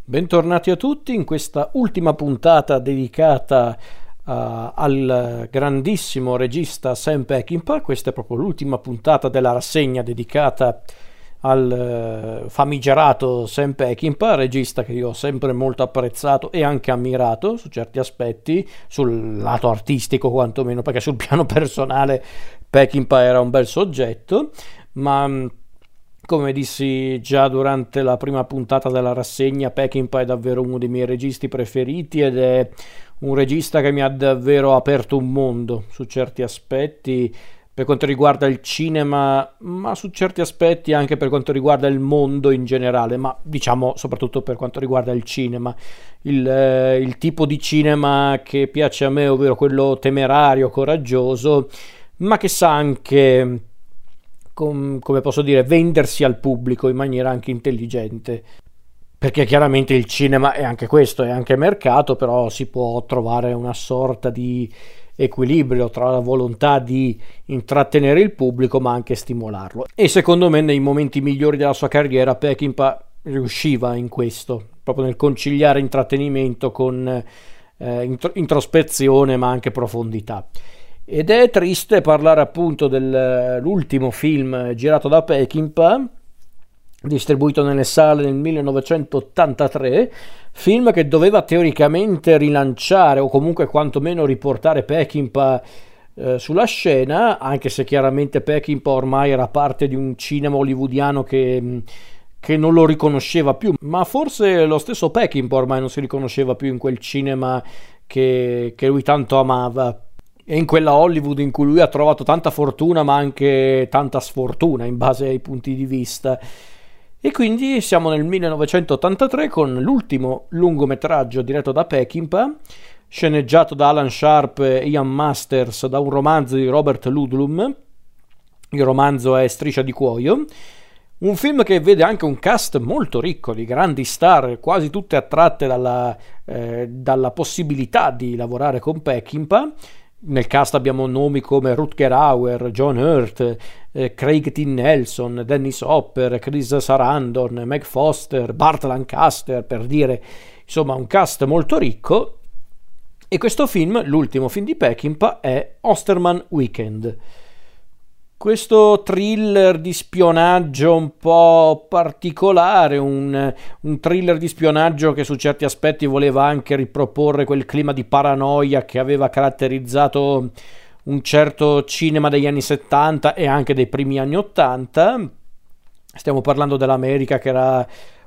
Bentornati a tutti in questa ultima puntata dedicata al grandissimo regista Sam Peckinpah. Questa è proprio l'ultima puntata della rassegna dedicata al famigerato Sam Peckinpah, regista che io ho sempre molto apprezzato e anche ammirato su certi aspetti, sul lato artistico quantomeno, perché sul piano personale Peckinpah era un bel soggetto, ma come dissi già durante la prima puntata della rassegna, Peckinpah è davvero uno dei miei registi preferiti ed è un regista che mi ha davvero aperto un mondo su certi aspetti per quanto riguarda il cinema, ma su certi aspetti anche per quanto riguarda il mondo in generale, ma diciamo soprattutto per quanto riguarda il cinema, il tipo di cinema che piace a me, ovvero quello temerario, coraggioso, ma che sa anche, come posso dire, vendersi al pubblico in maniera anche intelligente. Perché chiaramente il cinema è anche questo, è anche mercato, però si può trovare una sorta di equilibrio tra la volontà di intrattenere il pubblico ma anche stimolarlo. E secondo me nei momenti migliori della sua carriera Peckinpah riusciva in questo, proprio nel conciliare intrattenimento con introspezione ma anche profondità. Ed è triste parlare appunto dell'ultimo film girato da Peckinpah, distribuito nelle sale nel 1983, film che doveva teoricamente rilanciare o comunque quantomeno riportare Peckinpah sulla scena, anche se chiaramente Peckinpah ormai era parte di un cinema hollywoodiano che non lo riconosceva più, ma forse lo stesso Peckinpah ormai non si riconosceva più in quel cinema che lui tanto amava. E in quella Hollywood in cui lui ha trovato tanta fortuna ma anche tanta sfortuna in base ai punti di vista. E quindi siamo nel 1983 con l'ultimo lungometraggio diretto da Peckinpah, sceneggiato da Alan Sharp e Ian Masters, da un romanzo di Robert Ludlum. Il romanzo è Striscia di cuoio, un film che vede anche un cast molto ricco di grandi star, quasi tutte attratte dalla possibilità di lavorare con Peckinpah. Nel cast abbiamo nomi come Rutger Hauer, John Hurt, Craig T. Nelson, Dennis Hopper, Chris Sarandon, Meg Foster, Burt Lancaster, per dire, insomma, un cast molto ricco. E questo film, l'ultimo film di Peckinpah, è Osterman Weekend. Questo thriller di spionaggio un po' particolare, un thriller di spionaggio che su certi aspetti voleva anche riproporre quel clima di paranoia che aveva caratterizzato un certo cinema degli anni 70 e anche dei primi anni 80. Stiamo parlando dell'America che era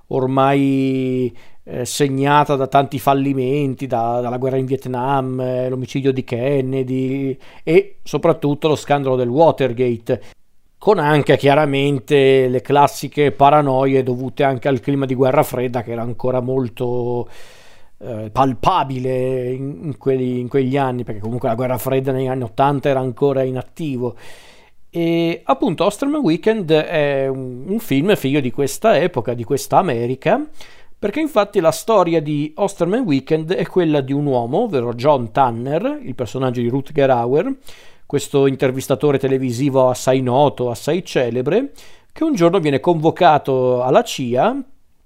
ormai segnata da tanti fallimenti, dalla guerra in Vietnam, l'omicidio di Kennedy e soprattutto lo scandalo del Watergate, con anche chiaramente le classiche paranoie dovute anche al clima di guerra fredda che era ancora molto palpabile in quegli anni, perché comunque la guerra fredda negli anni 80 era ancora in attivo. E appunto Osterman Weekend è un film figlio di questa epoca, di questa America, perché infatti la storia di Osterman Weekend è quella di un uomo, ovvero John Tanner, il personaggio di Rutger Hauer, questo intervistatore televisivo assai noto, assai celebre, che un giorno viene convocato alla CIA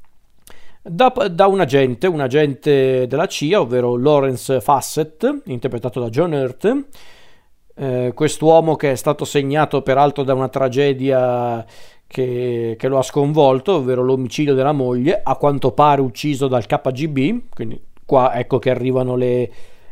da un agente della CIA, ovvero Lawrence Fassett, interpretato da John Hurt. Quest'uomo che è stato segnato peraltro da una tragedia che lo ha sconvolto, ovvero l'omicidio della moglie, a quanto pare ucciso dal KGB, quindi qua ecco che arrivano le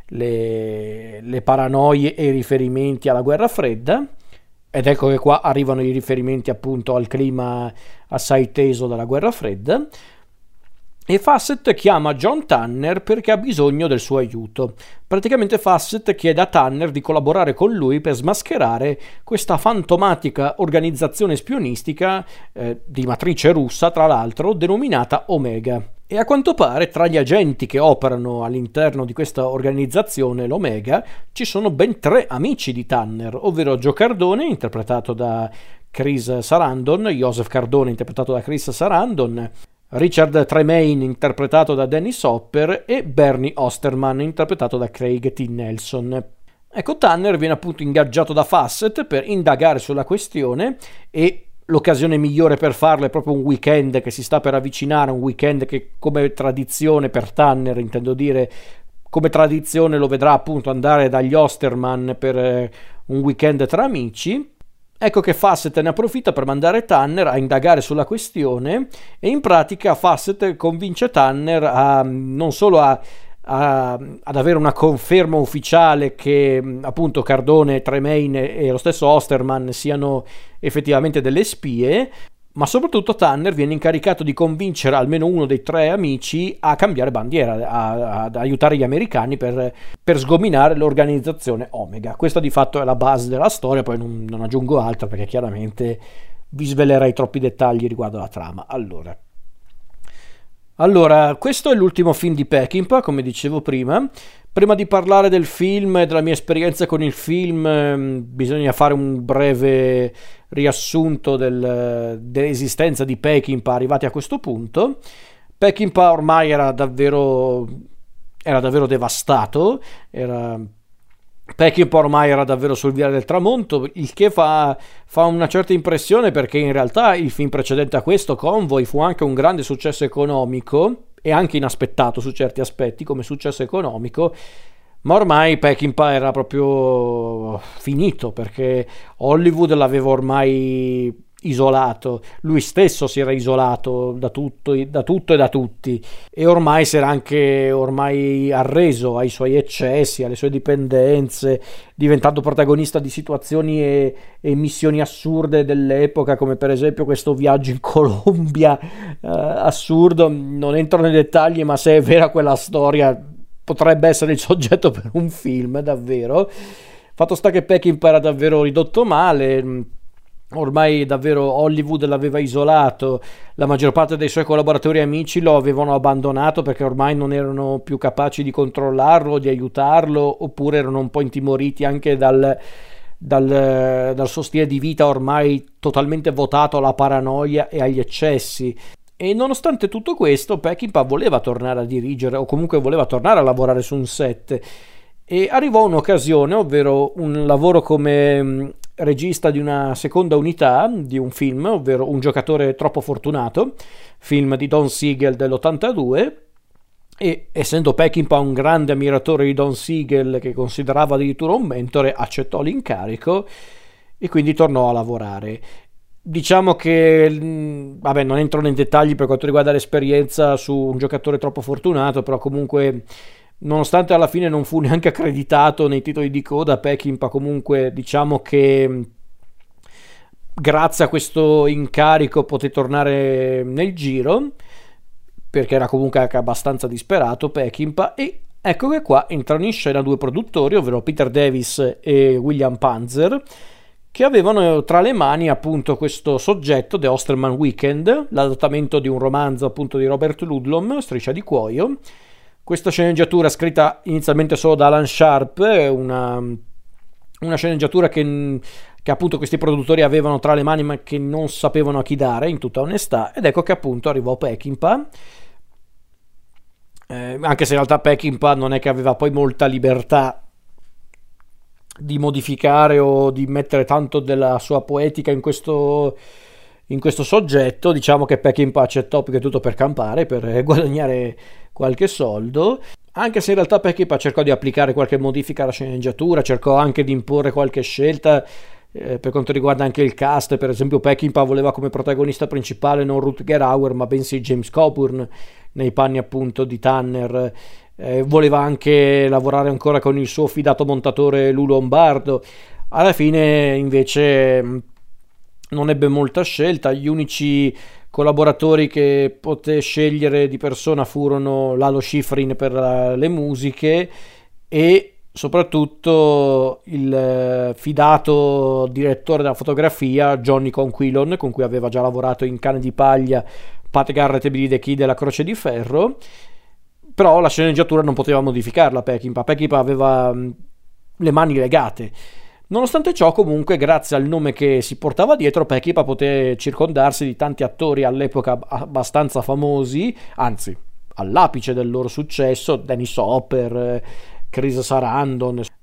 paranoie e i riferimenti alla guerra fredda, ed ecco che qua arrivano i riferimenti appunto al clima assai teso della guerra fredda. E Fassett chiama John Tanner perché ha bisogno del suo aiuto. Praticamente Fassett chiede a Tanner di collaborare con lui per smascherare questa fantomatica organizzazione spionistica di matrice russa, tra l'altro, denominata Omega. E a quanto pare tra gli agenti che operano all'interno di questa organizzazione, l'Omega, ci sono ben 3 amici di Tanner, ovvero Joe Cardone, interpretato da Chris Sarandon, Joseph Cardone, interpretato da Chris Sarandon, Richard Tremaine, interpretato da Dennis Hopper, e Bernie Osterman, interpretato da Craig T. Nelson. Ecco, Tanner viene appunto ingaggiato da Fassett per indagare sulla questione e l'occasione migliore per farlo è proprio un weekend che si sta per avvicinare, un weekend che come tradizione per Tanner, intendo dire, come tradizione lo vedrà appunto andare dagli Osterman per un weekend tra amici. Ecco che Fawcett ne approfitta per mandare Tanner a indagare sulla questione e in pratica Fawcett convince Tanner a non solo ad avere una conferma ufficiale che appunto Cardone, Tremaine e lo stesso Osterman siano effettivamente delle spie, ma soprattutto Tanner viene incaricato di convincere almeno uno dei tre amici a cambiare bandiera, ad aiutare gli americani per sgominare l'organizzazione Omega. Questa di fatto è la base della storia, poi non aggiungo altro perché chiaramente vi svelerei troppi dettagli riguardo alla trama. Allora, questo è l'ultimo film di Peckinpah, come dicevo prima. Prima di parlare del film e della mia esperienza con il film, bisogna fare un breve riassunto dell'esistenza di Peckinpah arrivati a questo punto. Peckinpah ormai era davvero devastato, Peckinpah ormai era davvero sul viale del tramonto, il che fa una certa impressione perché in realtà il film precedente a questo, Convoy, fu anche un grande successo economico e anche inaspettato su certi aspetti come successo economico, ma ormai Peckinpah era proprio finito perché Hollywood l'aveva ormai isolato, lui stesso si era isolato da tutto e da tutti e ormai si era anche arreso ai suoi eccessi, alle sue dipendenze, diventando protagonista di situazioni e missioni assurde dell'epoca, come per esempio questo viaggio in Colombia assurdo. Non entro nei dettagli, ma se è vera quella storia potrebbe essere il soggetto per un film, davvero. Fatto sta che Peckinpah era davvero ridotto male, ormai davvero Hollywood l'aveva isolato, la maggior parte dei suoi collaboratori e amici lo avevano abbandonato perché ormai non erano più capaci di controllarlo, di aiutarlo, oppure erano un po' intimoriti anche dal suo stile di vita ormai totalmente votato alla paranoia e agli eccessi. E nonostante tutto questo, Peckinpah voleva tornare a dirigere o comunque voleva tornare a lavorare su un set e arrivò un'occasione, ovvero un lavoro come regista di una seconda unità di un film, ovvero Un giocatore troppo fortunato, film di Don Siegel dell'82, e essendo Peckinpah un grande ammiratore di Don Siegel che considerava addirittura un mentore, accettò l'incarico e quindi tornò a lavorare. Diciamo che, vabbè, non entro nei dettagli per quanto riguarda l'esperienza su Un giocatore troppo fortunato, però comunque, nonostante alla fine non fu neanche accreditato nei titoli di coda, Peckinpah comunque diciamo che grazie a questo incarico poté tornare nel giro, perché era comunque anche abbastanza disperato Peckinpah, e ecco che qua entrano in scena due produttori, ovvero Peter Davis e William Panzer, che avevano tra le mani appunto questo soggetto, The Osterman Weekend, l'adattamento di un romanzo appunto di Robert Ludlum, Striscia di cuoio. Questa sceneggiatura scritta inizialmente solo da Alan Sharp, una sceneggiatura che appunto questi produttori avevano tra le mani ma che non sapevano a chi dare, in tutta onestà, ed ecco che appunto arrivò Peckinpah, anche se in realtà Peckinpah non è che aveva poi molta libertà di modificare o di mettere tanto della sua poetica in questo soggetto. Diciamo che Peckinpah accettò più che tutto per campare, per guadagnare qualche soldo, anche se in realtà Peckinpah cercò di applicare qualche modifica alla sceneggiatura, cercò anche di imporre qualche scelta per quanto riguarda anche il cast. Per esempio Peckinpah voleva come protagonista principale non Rutger Hauer ma bensì James Coburn nei panni appunto di Tanner. Voleva anche lavorare ancora con il suo fidato montatore Lou Lombardo. Alla fine invece non ebbe molta scelta, gli unici collaboratori che poté scegliere di persona furono Lalo Schifrin per le musiche e soprattutto il fidato direttore della fotografia Johnny Conquilon, con cui aveva già lavorato in Cane di paglia, Pat Garrett e Billy the Kid e La Croce di Ferro. Però la sceneggiatura non poteva modificarla Peckinpah aveva le mani legate. Nonostante ciò, comunque, grazie al nome che si portava dietro, Peckinpah poté circondarsi di tanti attori all'epoca abbastanza famosi, anzi, all'apice del loro successo, Dennis Hopper, Chris Sarandon.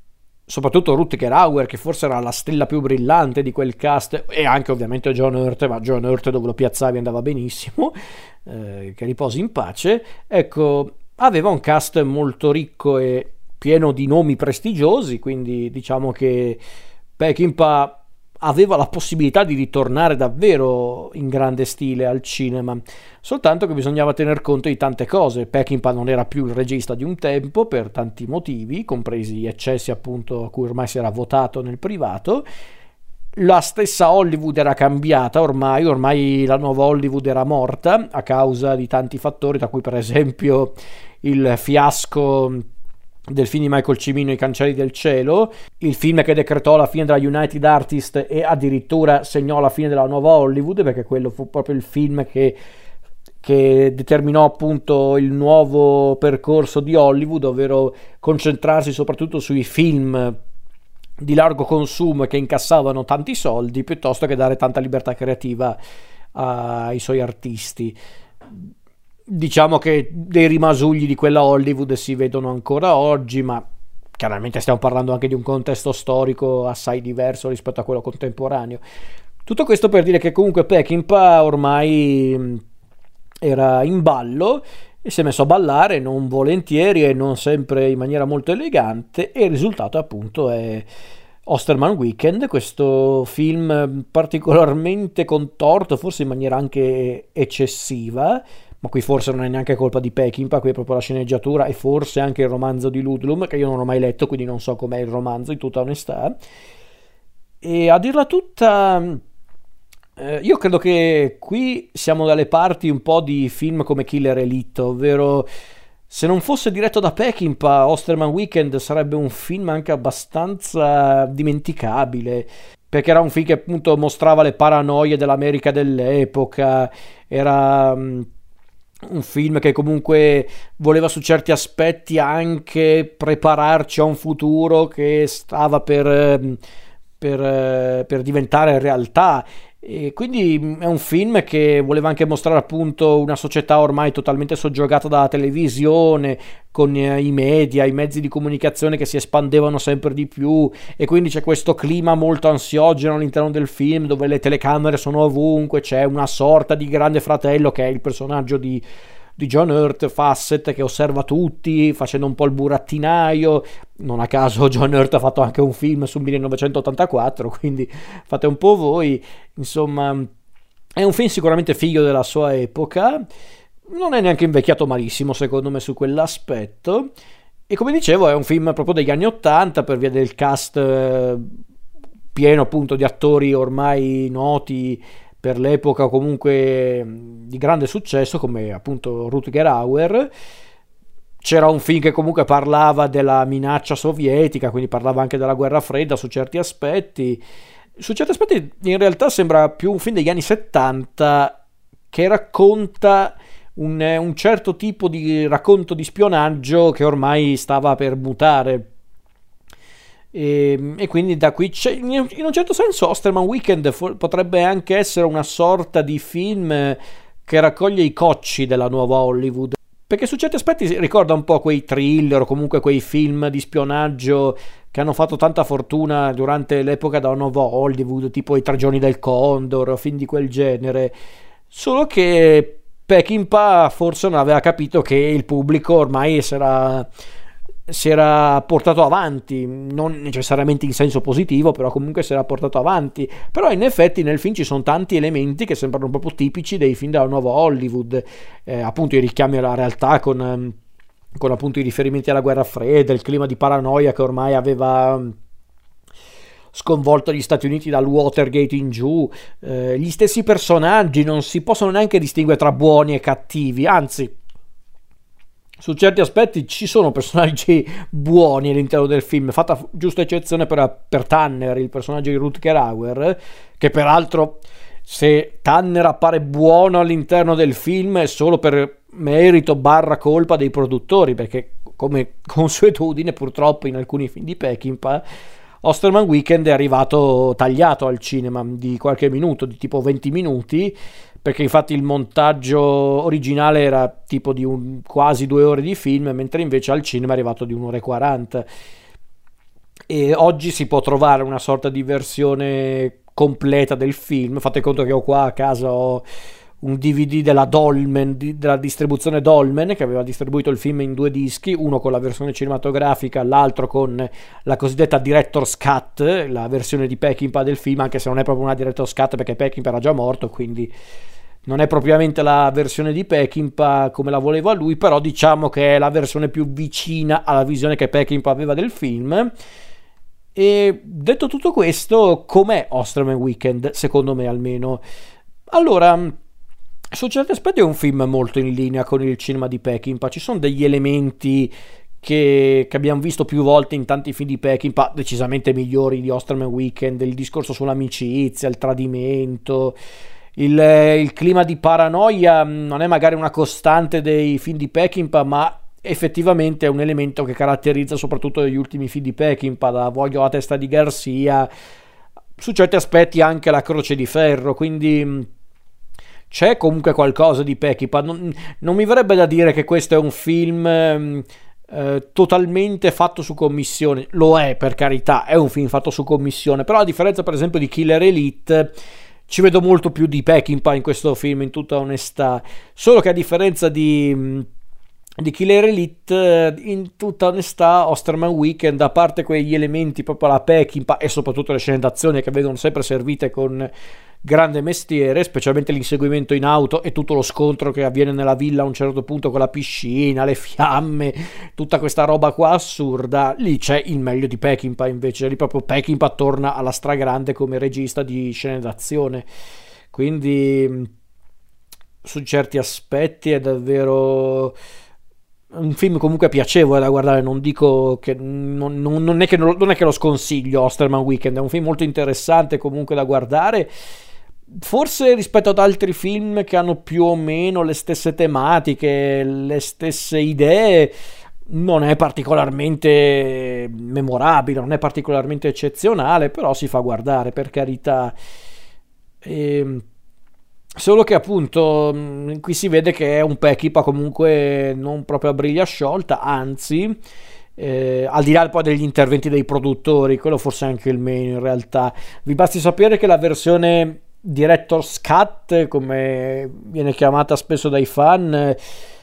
soprattutto Rutger Hauer, che forse era la stella più brillante di quel cast, e anche ovviamente John Hurt, ma John Hurt dove lo piazzavi andava benissimo, che riposi in pace. Ecco, aveva un cast molto ricco e pieno di nomi prestigiosi, quindi diciamo che Peckinpah aveva la possibilità di ritornare davvero in grande stile al cinema, soltanto che bisognava tener conto di tante cose. Peckinpah non era più il regista di un tempo per tanti motivi, compresi gli eccessi appunto a cui ormai si era votato nel privato. La stessa Hollywood era cambiata ormai la nuova Hollywood era morta a causa di tanti fattori, tra cui per esempio il fiasco del film di Michael Cimino I Cancelli del Cielo, il film che decretò la fine della United Artists e addirittura segnò la fine della nuova Hollywood, perché quello fu proprio il film che determinò appunto il nuovo percorso di Hollywood, ovvero concentrarsi soprattutto sui film di largo consumo che incassavano tanti soldi, piuttosto che dare tanta libertà creativa ai suoi artisti. Diciamo che dei rimasugli di quella Hollywood si vedono ancora oggi, ma chiaramente stiamo parlando anche di un contesto storico assai diverso rispetto a quello contemporaneo. Tutto questo per dire che comunque Peckinpah ormai era in ballo e si è messo a ballare, non volentieri e non sempre in maniera molto elegante, e il risultato appunto è Osterman Weekend, questo film particolarmente contorto, forse in maniera anche eccessiva, ma qui forse non è neanche colpa di Peckinpah, qui è proprio la sceneggiatura e forse anche il romanzo di Ludlum, che io non ho mai letto, quindi non so com'è il romanzo in tutta onestà. E a dirla tutta, io credo che qui siamo dalle parti un po' di film come Killer Elite, ovvero se non fosse diretto da Peckinpah, Osterman Weekend sarebbe un film anche abbastanza dimenticabile, perché era un film che appunto mostrava le paranoie dell'America dell'epoca, era un film che comunque voleva su certi aspetti anche prepararci a un futuro che stava per diventare realtà, e quindi è un film che voleva anche mostrare appunto una società ormai totalmente soggiogata dalla televisione, con i media, i mezzi di comunicazione che si espandevano sempre di più, e quindi c'è questo clima molto ansiogeno all'interno del film dove le telecamere sono ovunque, c'è una sorta di grande fratello che è il personaggio di John Hurt, Fassett, che osserva tutti facendo un po' il burattinaio. Non a caso John Hurt ha fatto anche un film su 1984, quindi fate un po' voi. Insomma, è un film sicuramente figlio della sua epoca, non è neanche invecchiato malissimo secondo me su quell'aspetto, e come dicevo è un film proprio degli anni 80 per via del cast pieno appunto di attori ormai noti per l'epoca, comunque di grande successo, come appunto Rutger Hauer. C'era un film che comunque parlava della minaccia sovietica, quindi parlava anche della guerra fredda su certi aspetti. Su certi aspetti in realtà sembra più un film degli anni 70 che racconta un certo tipo di racconto di spionaggio che ormai stava per mutare. E quindi da qui in un certo senso Osterman Weekend potrebbe anche essere una sorta di film che raccoglie i cocci della nuova Hollywood, perché su certi aspetti ricorda un po' quei thriller o comunque quei film di spionaggio che hanno fatto tanta fortuna durante l'epoca della nuova Hollywood, tipo I Tre Giorni del Condor o film di quel genere, solo che Peckinpah forse non aveva capito che il pubblico ormai si era portato avanti, non necessariamente in senso positivo, però comunque si era portato avanti. Però in effetti nel film ci sono tanti elementi che sembrano proprio tipici dei film della nuova Hollywood, appunto i richiami alla realtà con appunto i riferimenti alla guerra fredda, il clima di paranoia che ormai aveva sconvolto gli Stati Uniti dal Watergate in giù. Gli stessi personaggi non si possono neanche distinguere tra buoni e cattivi, anzi su certi aspetti ci sono personaggi buoni all'interno del film, fatta giusta eccezione per Tanner, il personaggio di Rutger Hauer, che peraltro, se Tanner appare buono all'interno del film è solo per merito / colpa dei produttori, perché come consuetudine purtroppo in alcuni film di Peckinpah Osterman Weekend è arrivato tagliato al cinema di qualche minuto, di tipo 20 minuti, perché infatti il montaggio originale era tipo di quasi 2 ore di film, mentre invece al cinema è arrivato di 1 ora e 40. e oggi si può trovare una sorta di versione completa del film. Fate conto che ho qua a casa un DVD della Dolmen, della distribuzione Dolmen, che aveva distribuito il film in due dischi, uno con la versione cinematografica, l'altro con la cosiddetta Director's Cut, la versione di Peckinpah del film, anche se non è proprio una Director's Cut perché Peckinpah era già morto, quindi non è propriamente la versione di Peckinpah come la voleva lui, però diciamo che è la versione più vicina alla visione che Peckinpah aveva del film. E detto tutto questo, com'è Osterman Weekend, secondo me almeno? Allora, su certi aspetti è un film molto in linea con il cinema di Peckinpah. Ci sono degli elementi che abbiamo visto più volte in tanti film di Peckinpah, decisamente migliori di Osterman Weekend, il discorso sull'amicizia, il tradimento, il clima di paranoia non è magari una costante dei film di Peckinpah, ma effettivamente è un elemento che caratterizza soprattutto gli ultimi film di Peckinpah, da Voglio la testa di Garcia, su certi aspetti anche La croce di ferro, quindi c'è comunque qualcosa di Peckinpah. Non mi verrebbe da dire che questo è un film totalmente fatto su commissione. Lo è, per carità, è un film fatto su commissione, però a differenza per esempio di Killer Elite ci vedo molto più di Peckinpah in questo film, in tutta onestà. Solo che a differenza di Killer Elite, in tutta onestà, Osterman Weekend, a parte quegli elementi proprio alla Peckinpah e soprattutto le scene d'azione che vengono sempre servite con grande mestiere, specialmente l'inseguimento in auto e tutto lo scontro che avviene nella villa a un certo punto con la piscina, le fiamme, tutta questa roba qua assurda, lì c'è il meglio di Peckinpah. Invece lì proprio Peckinpah torna alla stragrande come regista di scene d'azione, quindi su certi aspetti è davvero un film comunque piacevole da guardare. Non dico che non è che lo sconsiglio. Osterman Weekend è un film molto interessante comunque da guardare, forse rispetto ad altri film che hanno più o meno le stesse tematiche, le stesse idee, non è particolarmente memorabile, non è particolarmente eccezionale, però si fa guardare, per carità. Solo che appunto qui si vede che è un Peckinpah comunque non proprio a briglia sciolta, anzi al di là poi degli interventi dei produttori, quello forse è anche il meno in realtà. Vi basti sapere che la versione Director's Cut, come viene chiamata spesso dai fan,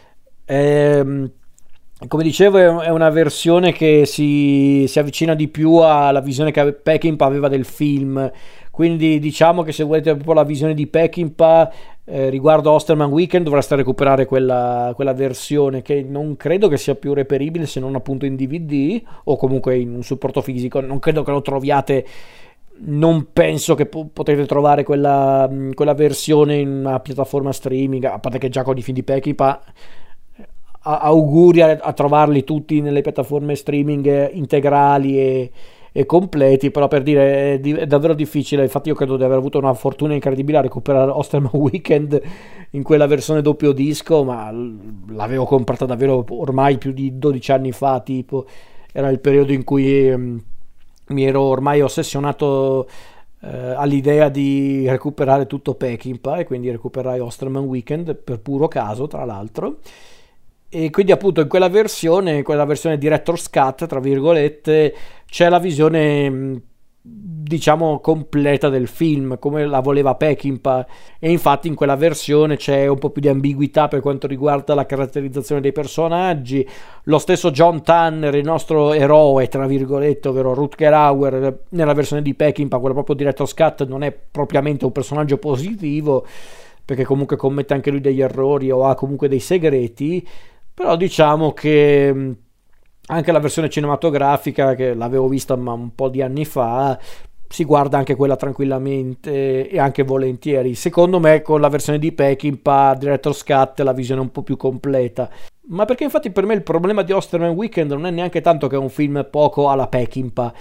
come dicevo, è una versione che si avvicina di più alla visione che Peckinpah aveva del film. Quindi diciamo che se volete proprio la visione di Peckinpah riguardo Osterman Weekend, dovreste recuperare quella versione, che non credo che sia più reperibile se non appunto in DVD o comunque in un supporto fisico. Non credo che lo troviate, non penso che potete trovare quella versione in una piattaforma streaming, a parte che già con i film di Peckinpah auguri a trovarli tutti nelle piattaforme streaming integrali e completi, però per dire è davvero difficile. Infatti io credo di aver avuto una fortuna incredibile a recuperare Osterman Weekend in quella versione doppio disco, ma l'avevo comprata davvero ormai più di 12 anni fa, tipo era il periodo in cui mi ero ormai ossessionato all'idea di recuperare tutto Peckinpah, e quindi recuperai Osterman Weekend per puro caso, tra l'altro. E quindi appunto in quella versione Director's Cut, tra virgolette, c'è la visione diciamo completa del film come la voleva Peckinpah, e infatti in quella versione c'è un po' più di ambiguità per quanto riguarda la caratterizzazione dei personaggi. Lo stesso John Tanner, il nostro eroe tra virgolette, ovvero Rutger Hauer, nella versione di Peckinpah, quella proprio Director's Cut, non è propriamente un personaggio positivo, perché comunque commette anche lui degli errori o ha comunque dei segreti. Però diciamo che anche la versione cinematografica, che l'avevo vista ma un po' di anni fa, si guarda anche quella tranquillamente e anche volentieri. Secondo me con la versione di Peckinpah Director's Cut la visione è un po' più completa, ma perché infatti per me il problema di Osterman Weekend non è neanche tanto che è un film poco alla Peckinpah,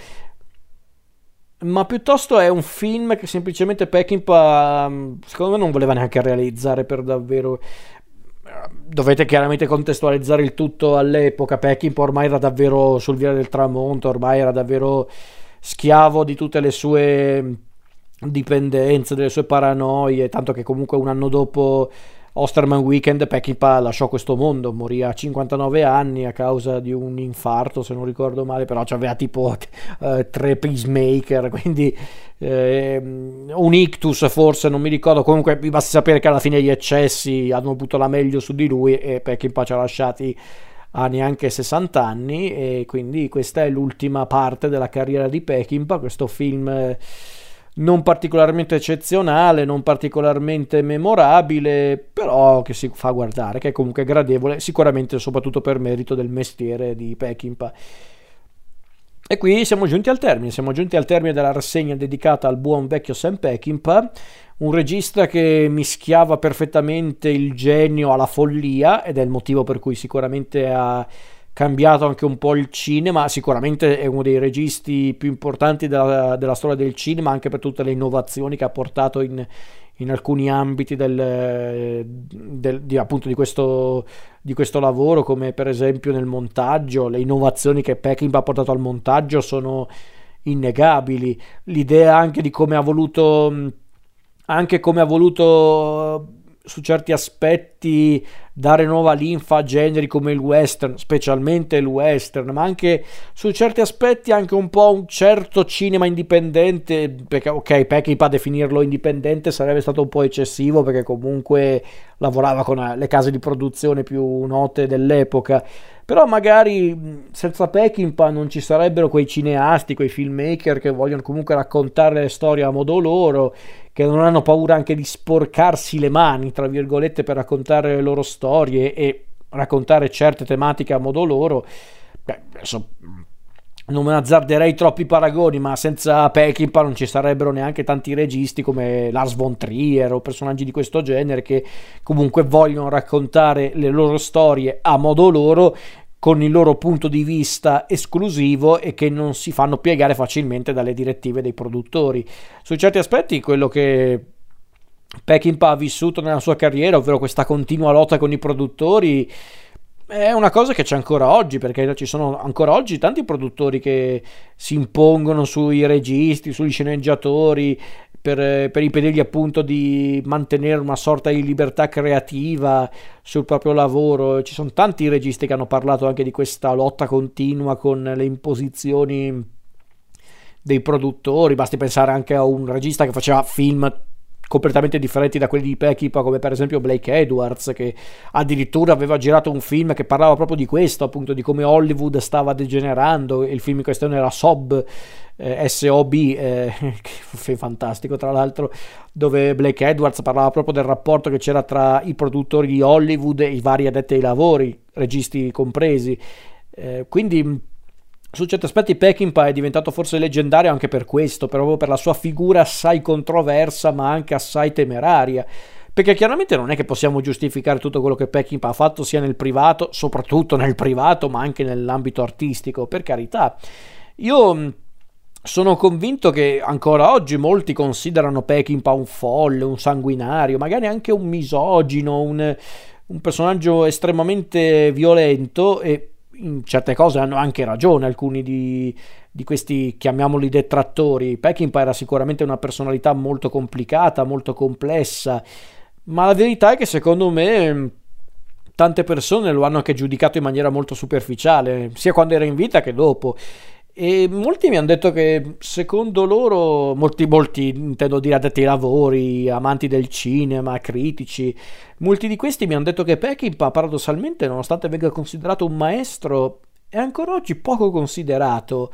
ma piuttosto è un film che semplicemente Peckinpah secondo me non voleva neanche realizzare per davvero. Dovete chiaramente contestualizzare il tutto all'epoca. Peckinpah ormai era davvero sul via del tramonto, ormai era davvero schiavo di tutte le sue dipendenze, delle sue paranoie, tanto che comunque un anno dopo Osterman Weekend Peckinpah lasciò questo mondo, morì a 59 anni a causa di un infarto, se non ricordo male, però aveva tipo 3 pacemaker, quindi un ictus forse, non mi ricordo. Comunque vi basta sapere che alla fine gli eccessi hanno avuto la meglio su di lui e Peckinpah ci ha lasciati a neanche 60 anni, e quindi questa è l'ultima parte della carriera di Peckinpah. Questo film non particolarmente eccezionale, non particolarmente memorabile, però che si fa guardare, che è comunque gradevole, sicuramente soprattutto per merito del mestiere di Peckinpah. E qui siamo giunti al termine della rassegna dedicata al buon vecchio Sam Peckinpah, un regista che mischiava perfettamente il genio alla follia, ed è il motivo per cui sicuramente ha cambiato anche un po' il cinema. Sicuramente è uno dei registi più importanti della storia del cinema, anche per tutte le innovazioni che ha portato in alcuni ambiti appunto di questo lavoro, come per esempio nel montaggio. Le innovazioni che Peckinpah ha portato al montaggio sono innegabili. L'idea anche di come ha voluto su certi aspetti dare nuova linfa a generi come il western, specialmente il western, ma anche su certi aspetti anche un po' un certo cinema indipendente, perché ok, Peckinpah definirlo indipendente sarebbe stato un po' eccessivo, perché comunque lavorava con le case di produzione più note dell'epoca, però magari senza Peckinpah non ci sarebbero quei cineasti, quei filmmaker che vogliono comunque raccontare le storie a modo loro, che non hanno paura anche di sporcarsi le mani, tra virgolette, per raccontare le loro storie e raccontare certe tematiche a modo loro. Beh, adesso non me ne azzarderei troppi paragoni, ma senza Peckinpah non ci sarebbero neanche tanti registi come Lars von Trier o personaggi di questo genere, che comunque vogliono raccontare le loro storie a modo loro, con il loro punto di vista esclusivo, e che non si fanno piegare facilmente dalle direttive dei produttori. Su certi aspetti quello che Peckinpah ha vissuto nella sua carriera, ovvero questa continua lotta con i produttori, è una cosa che c'è ancora oggi, perché ci sono ancora oggi tanti produttori che si impongono sui registi, sugli sceneggiatori, per impedirgli appunto di mantenere una sorta di libertà creativa sul proprio lavoro. Ci sono tanti registi che hanno parlato anche di questa lotta continua con le imposizioni dei produttori. Basti pensare anche a un regista che faceva film completamente differenti da quelli di Peckinpah, come per esempio Blake Edwards, che addirittura aveva girato un film che parlava proprio di questo, appunto di come Hollywood stava degenerando. Il film in questione era Sob, SOB, che fu fantastico tra l'altro, dove Blake Edwards parlava proprio del rapporto che c'era tra i produttori di Hollywood e i vari addetti ai lavori, registi compresi. Quindi su certi aspetti Peckinpah è diventato forse leggendario anche per questo, proprio per la sua figura assai controversa, ma anche assai temeraria, perché chiaramente non è che possiamo giustificare tutto quello che Peckinpah ha fatto sia nel privato, soprattutto nel privato, ma anche nell'ambito artistico, per carità. Io sono convinto che ancora oggi molti considerano Peckinpah un folle, un sanguinario, magari anche un misogino, un personaggio estremamente violento, e in certe cose hanno anche ragione alcuni di questi, chiamiamoli detrattori. Peckinpah era sicuramente una personalità molto complicata, molto complessa, ma la verità è che secondo me tante persone lo hanno anche giudicato in maniera molto superficiale, sia quando era in vita che dopo. E molti mi hanno detto che secondo loro, molti intendo dire addetti ai lavori, amanti del cinema, critici, molti di questi mi hanno detto che Peckinpah paradossalmente, nonostante venga considerato un maestro, è ancora oggi poco considerato.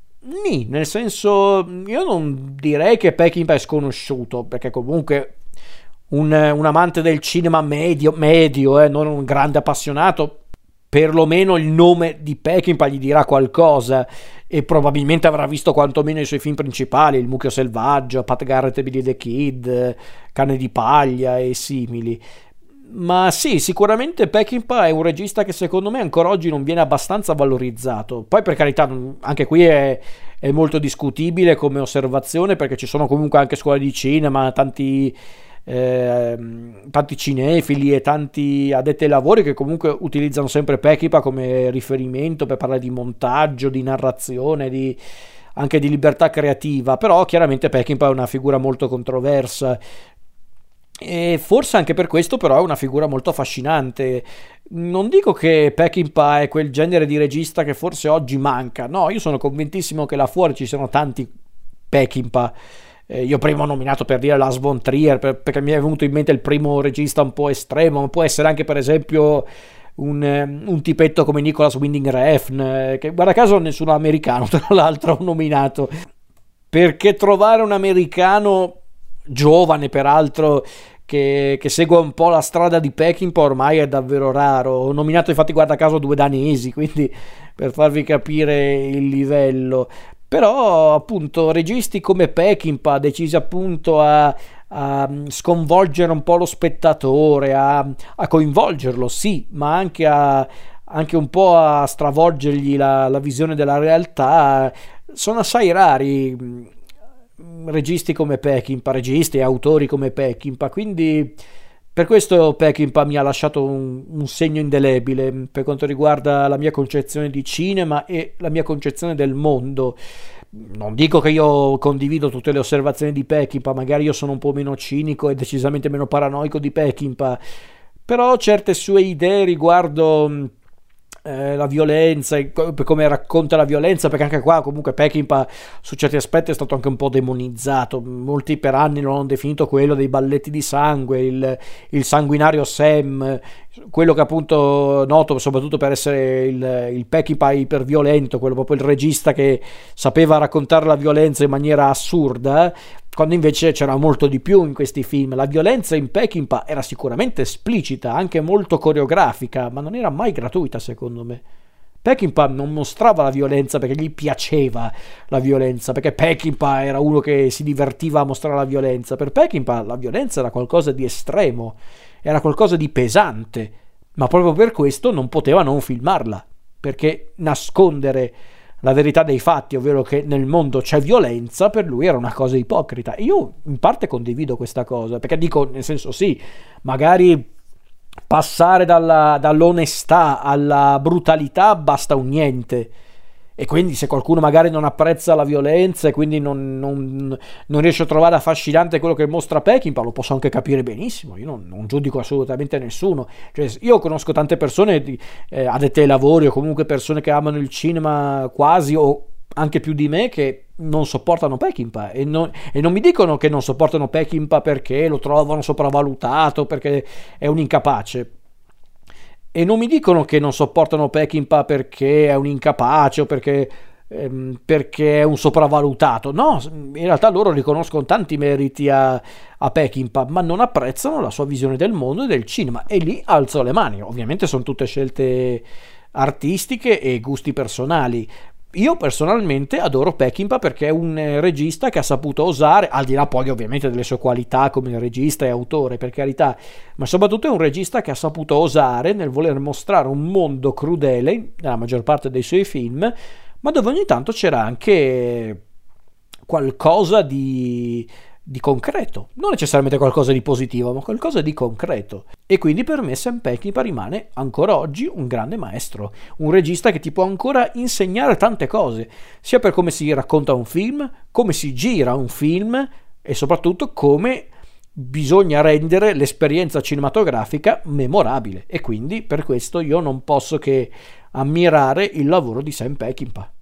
Nel senso, io non direi che Peckinpah è sconosciuto, perché comunque un amante del cinema medio, non un grande appassionato, perlomeno il nome di Peckinpah gli dirà qualcosa, e probabilmente avrà visto quantomeno i suoi film principali, Il mucchio selvaggio, Pat Garrett e Billy the Kid, Cane di paglia e simili. Ma sì, sicuramente Peckinpah è un regista che secondo me ancora oggi non viene abbastanza valorizzato. Poi per carità, anche qui è molto discutibile come osservazione, perché ci sono comunque anche scuole di cinema, tanti cinefili e tanti addetti ai lavori che comunque utilizzano sempre Peckinpah come riferimento per parlare di montaggio, di narrazione, anche di libertà creativa. Però chiaramente Peckinpah è una figura molto controversa. E forse anche per questo però è una figura molto affascinante. Non dico che Peckinpah è quel genere di regista che forse oggi manca, no, io sono convintissimo che là fuori ci sono tanti Peckinpah. Io prima ho nominato per dire Lars von Trier perché mi è venuto in mente il primo regista un po' estremo, ma può essere anche per esempio un tipetto come Nicholas Winding Refn, che guarda caso nessuno americano tra l'altro ho nominato, perché trovare un americano giovane peraltro che segua un po' la strada di Peckinpah ormai è davvero raro. Ho nominato infatti guarda caso due danesi, quindi per farvi capire il livello. Però appunto registi come Peckinpah decisi appunto a sconvolgere un po' lo spettatore, a coinvolgerlo sì, ma anche un po' a stravolgergli la visione della realtà. Sono assai rari registi come Peckinpah, registi e autori come Peckinpah, quindi per questo Peckinpah mi ha lasciato un segno indelebile per quanto riguarda la mia concezione di cinema e la mia concezione del mondo. Non dico che io condivido tutte le osservazioni di Peckinpah, magari io sono un po' meno cinico e decisamente meno paranoico di Peckinpah, però certe sue idee riguardo la violenza, come racconta la violenza, perché anche qua comunque Peckinpah su certi aspetti è stato anche un po' demonizzato. Molti per anni lo hanno definito quello dei balletti di sangue, il sanguinario Sam, quello che appunto noto soprattutto per essere il Peckinpah iperviolento, quello proprio il regista che sapeva raccontare la violenza in maniera assurda, quando invece c'era molto di più in questi film. La violenza in Peckinpah era sicuramente esplicita, anche molto coreografica, ma non era mai gratuita secondo me. Peckinpah non mostrava la violenza perché gli piaceva la violenza, perché Peckinpah era uno che si divertiva a mostrare la violenza. Per Peckinpah la violenza era qualcosa di estremo, era qualcosa di pesante, ma proprio per questo non poteva non filmarla, perché nascondere la verità dei fatti, ovvero che nel mondo c'è violenza, per lui era una cosa ipocrita. E io in parte condivido questa cosa, perché dico, nel senso sì, magari passare dall'onestà alla brutalità basta un niente, e quindi se qualcuno magari non apprezza la violenza e quindi non riesce a trovare affascinante quello che mostra Peckinpah, lo posso anche capire benissimo. Io non giudico assolutamente nessuno, cioè, io conosco tante persone addetti ai lavori o comunque persone che amano il cinema quasi o anche più di me, che non sopportano Peckinpah e non mi dicono che non sopportano Peckinpah perché lo trovano sopravvalutato, perché è un incapace. E non mi dicono che non sopportano Peckinpah perché è un incapace o perché è un sopravvalutato. No, in realtà loro riconoscono tanti meriti a Peckinpah, ma non apprezzano la sua visione del mondo e del cinema. E lì alzo le mani. Ovviamente sono tutte scelte artistiche e gusti personali. Io personalmente adoro Peckinpah perché è un regista che ha saputo osare, al di là poi ovviamente delle sue qualità come regista e autore, per carità, ma soprattutto è un regista che ha saputo osare nel voler mostrare un mondo crudele nella maggior parte dei suoi film, ma dove ogni tanto c'era anche qualcosa di concreto, non necessariamente qualcosa di positivo, ma qualcosa di concreto. E quindi per me Sam Peckinpah rimane ancora oggi un grande maestro, un regista che ti può ancora insegnare tante cose, sia per come si racconta un film, come si gira un film e soprattutto come bisogna rendere l'esperienza cinematografica memorabile. E quindi per questo io non posso che ammirare il lavoro di Sam Peckinpah.